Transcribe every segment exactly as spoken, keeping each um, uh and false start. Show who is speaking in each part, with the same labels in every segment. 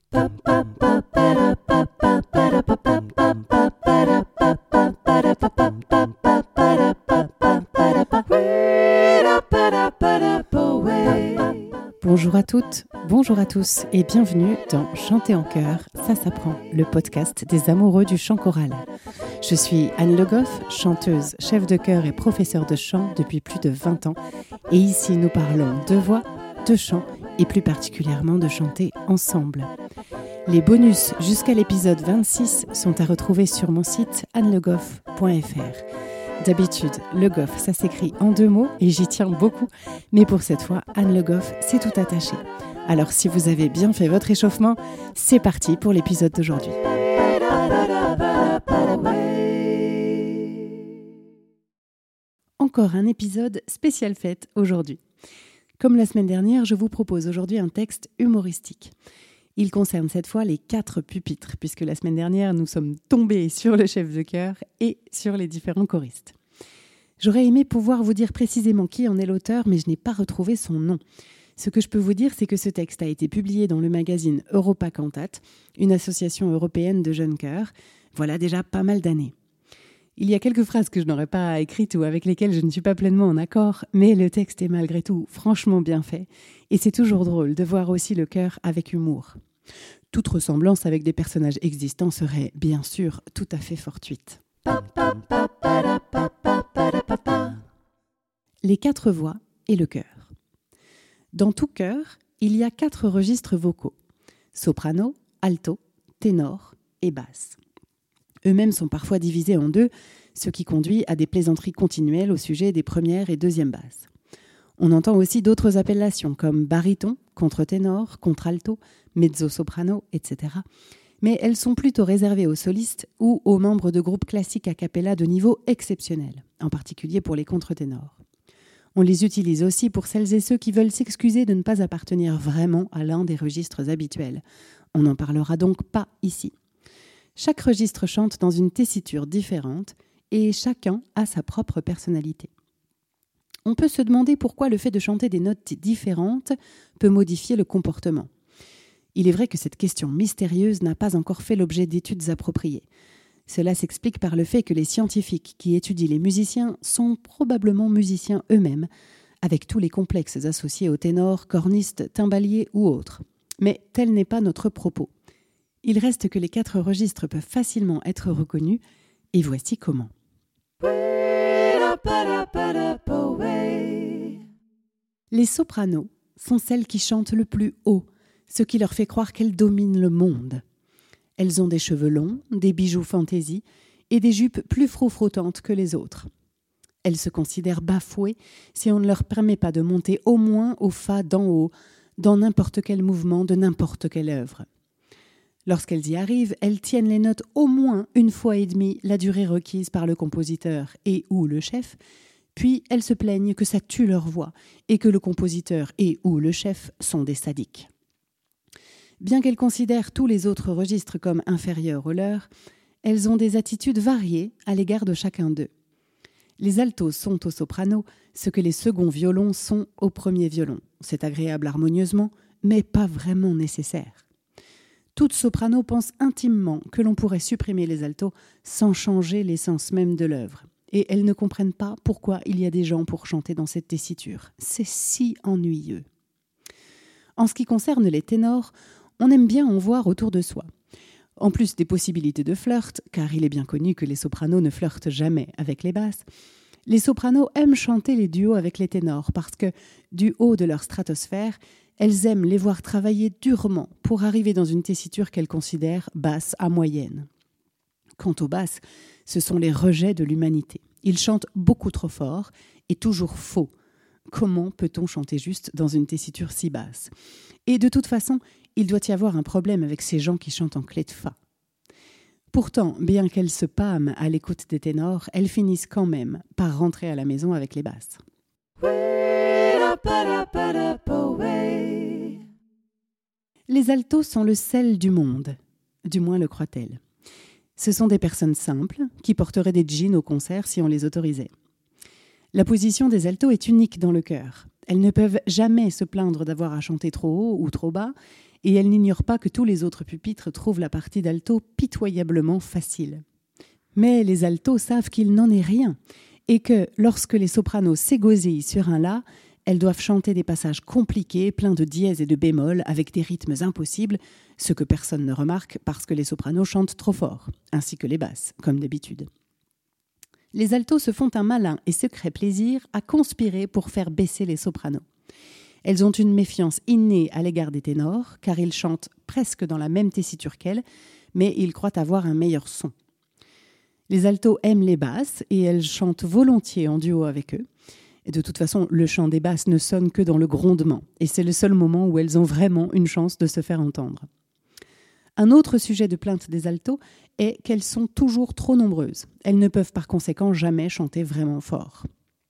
Speaker 1: Bonjour à toutes, bonjour à tous et bienvenue dans Chanter en chœur, ça s'apprend, le podcast des amoureux du chant choral. Je suis Anne Le Goff, chanteuse, chef de chœur et professeure de chant depuis plus de vingt ans. Et ici, nous parlons de voix, de chant et plus particulièrement de chanter ensemble. Les bonus jusqu'à l'épisode vingt-six sont à retrouver sur mon site anne le goff point f r. D'habitude, Le Goff, ça s'écrit en deux mots et j'y tiens beaucoup. Mais pour cette fois, Anne Le Goff, c'est tout attaché. Alors si vous avez bien fait votre échauffement, c'est parti pour l'épisode d'aujourd'hui. Encore un épisode spécial fête aujourd'hui. Comme la semaine dernière, je vous propose aujourd'hui un texte humoristique. Il concerne cette fois les quatre pupitres, puisque la semaine dernière, nous sommes tombés sur le chef de chœur et sur les différents choristes. J'aurais aimé pouvoir vous dire précisément qui en est l'auteur, mais je n'ai pas retrouvé son nom. Ce que je peux vous dire, c'est que ce texte a été publié dans le magazine Europa Cantate, une association européenne de jeunes chœurs. Voilà déjà pas mal d'années. Il y a quelques phrases que je n'aurais pas écrites ou avec lesquelles je ne suis pas pleinement en accord, mais le texte est malgré tout franchement bien fait. Et c'est toujours drôle de voir aussi le chœur avec humour. Toute ressemblance avec des personnages existants serait, bien sûr, tout à fait fortuite. Les quatre voix et le chœur. Dans tout chœur, il y a quatre registres vocaux. Soprano, alto, ténor et basse. Eux-mêmes sont parfois divisés en deux, ce qui conduit à des plaisanteries continuelles au sujet des premières et deuxièmes basses. On entend aussi d'autres appellations comme baryton, contre-ténor, contre-alto, mezzo-soprano, et cetera. Mais elles sont plutôt réservées aux solistes ou aux membres de groupes classiques a cappella de niveau exceptionnel, en particulier pour les contre-ténors. On les utilise aussi pour celles et ceux qui veulent s'excuser de ne pas appartenir vraiment à l'un des registres habituels. On n'en parlera donc pas ici. Chaque registre chante dans une tessiture différente et chacun a sa propre personnalité. On peut se demander pourquoi le fait de chanter des notes différentes peut modifier le comportement. Il est vrai que cette question mystérieuse n'a pas encore fait l'objet d'études appropriées. Cela s'explique par le fait que les scientifiques qui étudient les musiciens sont probablement musiciens eux-mêmes, avec tous les complexes associés aux ténors, cornistes, timbaliers ou autres. Mais tel n'est pas notre propos. Il reste que les quatre registres peuvent facilement être reconnus, et voici comment. Les sopranos sont celles qui chantent le plus haut, ce qui leur fait croire qu'elles dominent le monde. Elles ont des cheveux longs, des bijoux fantaisie et des jupes plus froufroutantes que les autres. Elles se considèrent bafouées si on ne leur permet pas de monter au moins au fa d'en haut, dans n'importe quel mouvement de n'importe quelle œuvre. Lorsqu'elles y arrivent, elles tiennent les notes au moins une fois et demie la durée requise par le compositeur et ou le chef, puis elles se plaignent que ça tue leur voix et que le compositeur et ou le chef sont des sadiques. Bien qu'elles considèrent tous les autres registres comme inférieurs aux leurs, elles ont des attitudes variées à l'égard de chacun d'eux. Les altos sont au soprano ce que les seconds violons sont au premier violon. C'est agréable harmonieusement, mais pas vraiment nécessaire. Toute soprano pense intimement que l'on pourrait supprimer les altos sans changer l'essence même de l'œuvre. Et elles ne comprennent pas pourquoi il y a des gens pour chanter dans cette tessiture. C'est si ennuyeux. En ce qui concerne les ténors, on aime bien en voir autour de soi. En plus des possibilités de flirt, car il est bien connu que les sopranos ne flirtent jamais avec les basses, les sopranos aiment chanter les duos avec les ténors parce que, du haut de leur stratosphère, elles aiment les voir travailler durement pour arriver dans une tessiture qu'elles considèrent basse à moyenne. Quant aux basses, ce sont les rejets de l'humanité. Ils chantent beaucoup trop fort et toujours faux. Comment peut-on chanter juste dans une tessiture si basse ? Et de toute façon, il doit y avoir un problème avec ces gens qui chantent en clé de fa. Pourtant, bien qu'elles se pâment à l'écoute des ténors, elles finissent quand même par rentrer à la maison avec les basses. Les altos sont le sel du monde, du moins le croient-elles. Ce sont des personnes simples qui porteraient des jeans au concert si on les autorisait. La position des altos est unique dans le chœur. Elles ne peuvent jamais se plaindre d'avoir à chanter trop haut ou trop bas, et elles n'ignorent pas que tous les autres pupitres trouvent la partie d'alto pitoyablement facile. Mais les altos savent qu'il n'en est rien, et que lorsque les sopranos s'égosillent sur un la, elles doivent chanter des passages compliqués, pleins de dièses et de bémols, avec des rythmes impossibles, ce que personne ne remarque parce que les sopranos chantent trop fort, ainsi que les basses, comme d'habitude. Les altos se font un malin et secret plaisir à conspirer pour faire baisser les sopranos. Elles ont une méfiance innée à l'égard des ténors, car ils chantent presque dans la même tessiture qu'elles, mais ils croient avoir un meilleur son. Les altos aiment les basses et elles chantent volontiers en duo avec eux. Et de toute façon, le chant des basses ne sonne que dans le grondement, et c'est le seul moment où elles ont vraiment une chance de se faire entendre. Un autre sujet de plainte des altos est qu'elles sont toujours trop nombreuses. Elles ne peuvent par conséquent jamais chanter vraiment fort.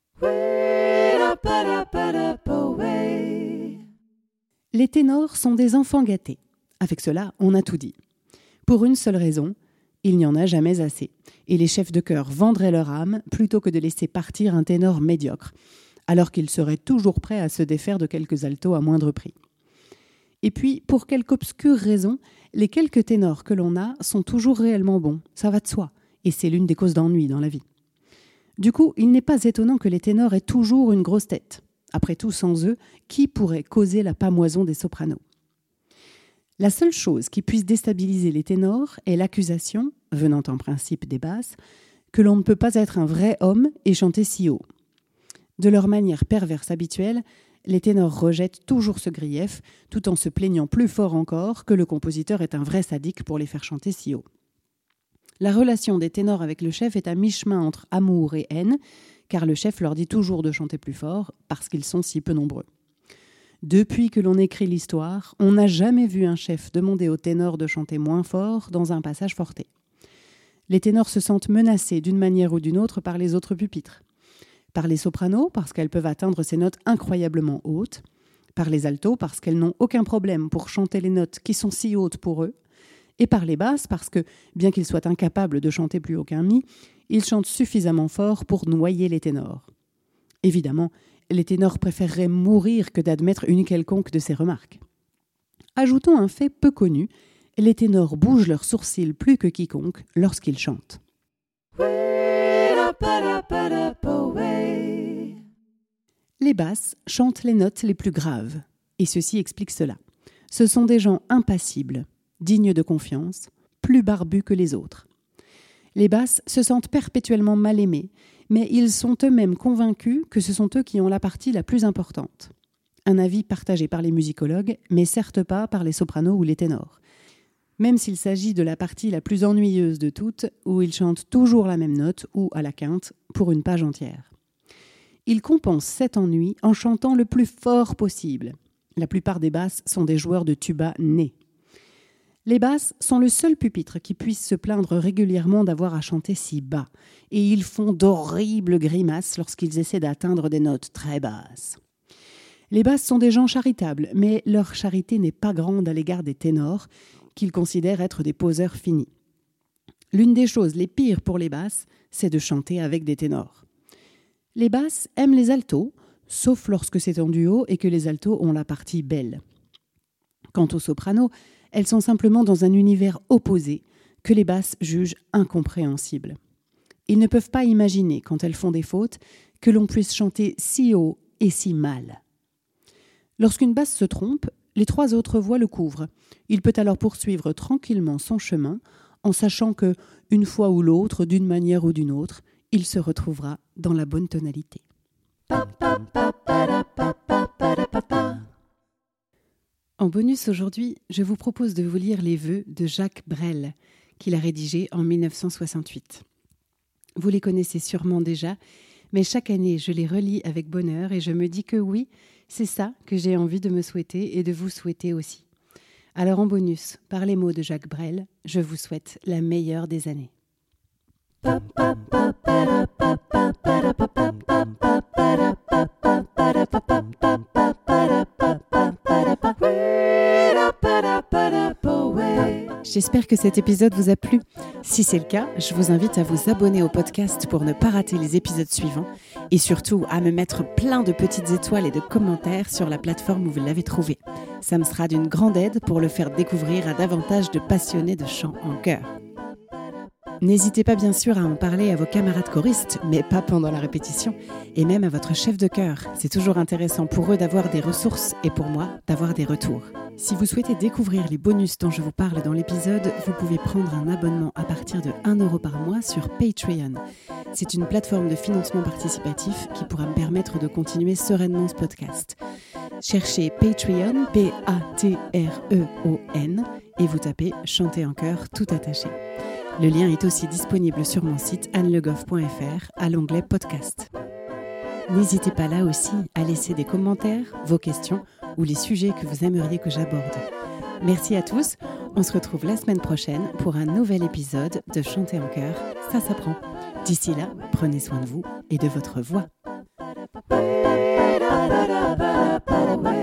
Speaker 1: Les ténors sont des enfants gâtés. Avec cela, on a tout dit. Pour une seule raison, il n'y en a jamais assez. Et les chefs de chœur vendraient leur âme plutôt que de laisser partir un ténor médiocre, alors qu'ils seraient toujours prêts à se défaire de quelques altos à moindre prix. Et puis, pour quelque obscure raison, les quelques ténors que l'on a sont toujours réellement bons, ça va de soi, et c'est l'une des causes d'ennui dans la vie. Du coup, il n'est pas étonnant que les ténors aient toujours une grosse tête. Après tout, sans eux, qui pourrait causer la pâmoison des sopranos ? La seule chose qui puisse déstabiliser les ténors est l'accusation, venant en principe des basses, que l'on ne peut pas être un vrai homme et chanter si haut. De leur manière perverse habituelle, les ténors rejettent toujours ce grief, tout en se plaignant plus fort encore que le compositeur est un vrai sadique pour les faire chanter si haut. La relation des ténors avec le chef est à mi-chemin entre amour et haine, car le chef leur dit toujours de chanter plus fort parce qu'ils sont si peu nombreux. Depuis que l'on écrit l'histoire, on n'a jamais vu un chef demander aux ténors de chanter moins fort dans un passage forté. Les ténors se sentent menacés d'une manière ou d'une autre par les autres pupitres. Par les sopranos, parce qu'elles peuvent atteindre ces notes incroyablement hautes. Par les altos, parce qu'elles n'ont aucun problème pour chanter les notes qui sont si hautes pour eux. Et par les basses, parce que, bien qu'ils soient incapables de chanter plus haut qu'un mi, ils chantent suffisamment fort pour noyer les ténors. Évidemment, les ténors préféreraient mourir que d'admettre une quelconque de ces remarques. Ajoutons un fait peu connu, les ténors bougent leurs sourcils plus que quiconque lorsqu'ils chantent. Les basses chantent les notes les plus graves, et ceci explique cela. Ce sont des gens impassibles, dignes de confiance, plus barbus que les autres. Les basses se sentent perpétuellement mal aimés, mais ils sont eux-mêmes convaincus que ce sont eux qui ont la partie la plus importante. Un avis partagé par les musicologues, mais certes pas par les sopranos ou les ténors. Même s'il s'agit de la partie la plus ennuyeuse de toutes, où ils chantent toujours la même note, ou à la quinte, pour une page entière. Ils compensent cet ennui en chantant le plus fort possible. La plupart des basses sont des joueurs de tuba nés. Les basses sont le seul pupitre qui puisse se plaindre régulièrement d'avoir à chanter si bas, et ils font d'horribles grimaces lorsqu'ils essaient d'atteindre des notes très basses. Les basses sont des gens charitables, mais leur charité n'est pas grande à l'égard des ténors, qu'ils considèrent être des poseurs finis. L'une des choses les pires pour les basses, c'est de chanter avec des ténors. Les basses aiment les altos, sauf lorsque c'est en duo et que les altos ont la partie belle. Quant aux sopranos, elles sont simplement dans un univers opposé que les basses jugent incompréhensible. Ils ne peuvent pas imaginer, quand elles font des fautes, que l'on puisse chanter si haut et si mal. Lorsqu'une basse se trompe, les trois autres voix le couvrent. Il peut alors poursuivre tranquillement son chemin, en sachant que, une fois ou l'autre, d'une manière ou d'une autre, il se retrouvera dans la bonne tonalité. En bonus aujourd'hui, je vous propose de vous lire les vœux de Jacques Brel, qu'il a rédigés en dix-neuf cent soixante-huit. Vous les connaissez sûrement déjà, mais chaque année je les relis avec bonheur et je me dis que oui, c'est ça que j'ai envie de me souhaiter et de vous souhaiter aussi. Alors en bonus, par les mots de Jacques Brel, je vous souhaite la meilleure des années. Ba-da-ba-da-ba-ba J'espère que cet épisode vous a plu. Si c'est le cas, je vous invite à vous abonner au podcast pour ne pas rater les épisodes suivants et surtout à me mettre plein de petites étoiles et de commentaires sur la plateforme où vous l'avez trouvé. Ça me sera d'une grande aide pour le faire découvrir à davantage de passionnés de chant en chœur. N'hésitez pas bien sûr à en parler à vos camarades choristes, mais pas pendant la répétition, et même à votre chef de chœur. C'est toujours intéressant pour eux d'avoir des ressources et pour moi d'avoir des retours. Si vous souhaitez découvrir les bonus dont je vous parle dans l'épisode, vous pouvez prendre un abonnement à partir de un euro par mois sur Patreon. C'est une plateforme de financement participatif qui pourra me permettre de continuer sereinement ce podcast. Cherchez Patreon, P A T R E O N, et vous tapez « Chanter en chœur » tout attaché. Le lien est aussi disponible sur mon site anne le goff point f r à l'onglet podcast. N'hésitez pas là aussi à laisser des commentaires, vos questions ou les sujets que vous aimeriez que j'aborde. Merci à tous, on se retrouve la semaine prochaine pour un nouvel épisode de Chanter en chœur, ça s'apprend. D'ici là, prenez soin de vous et de votre voix.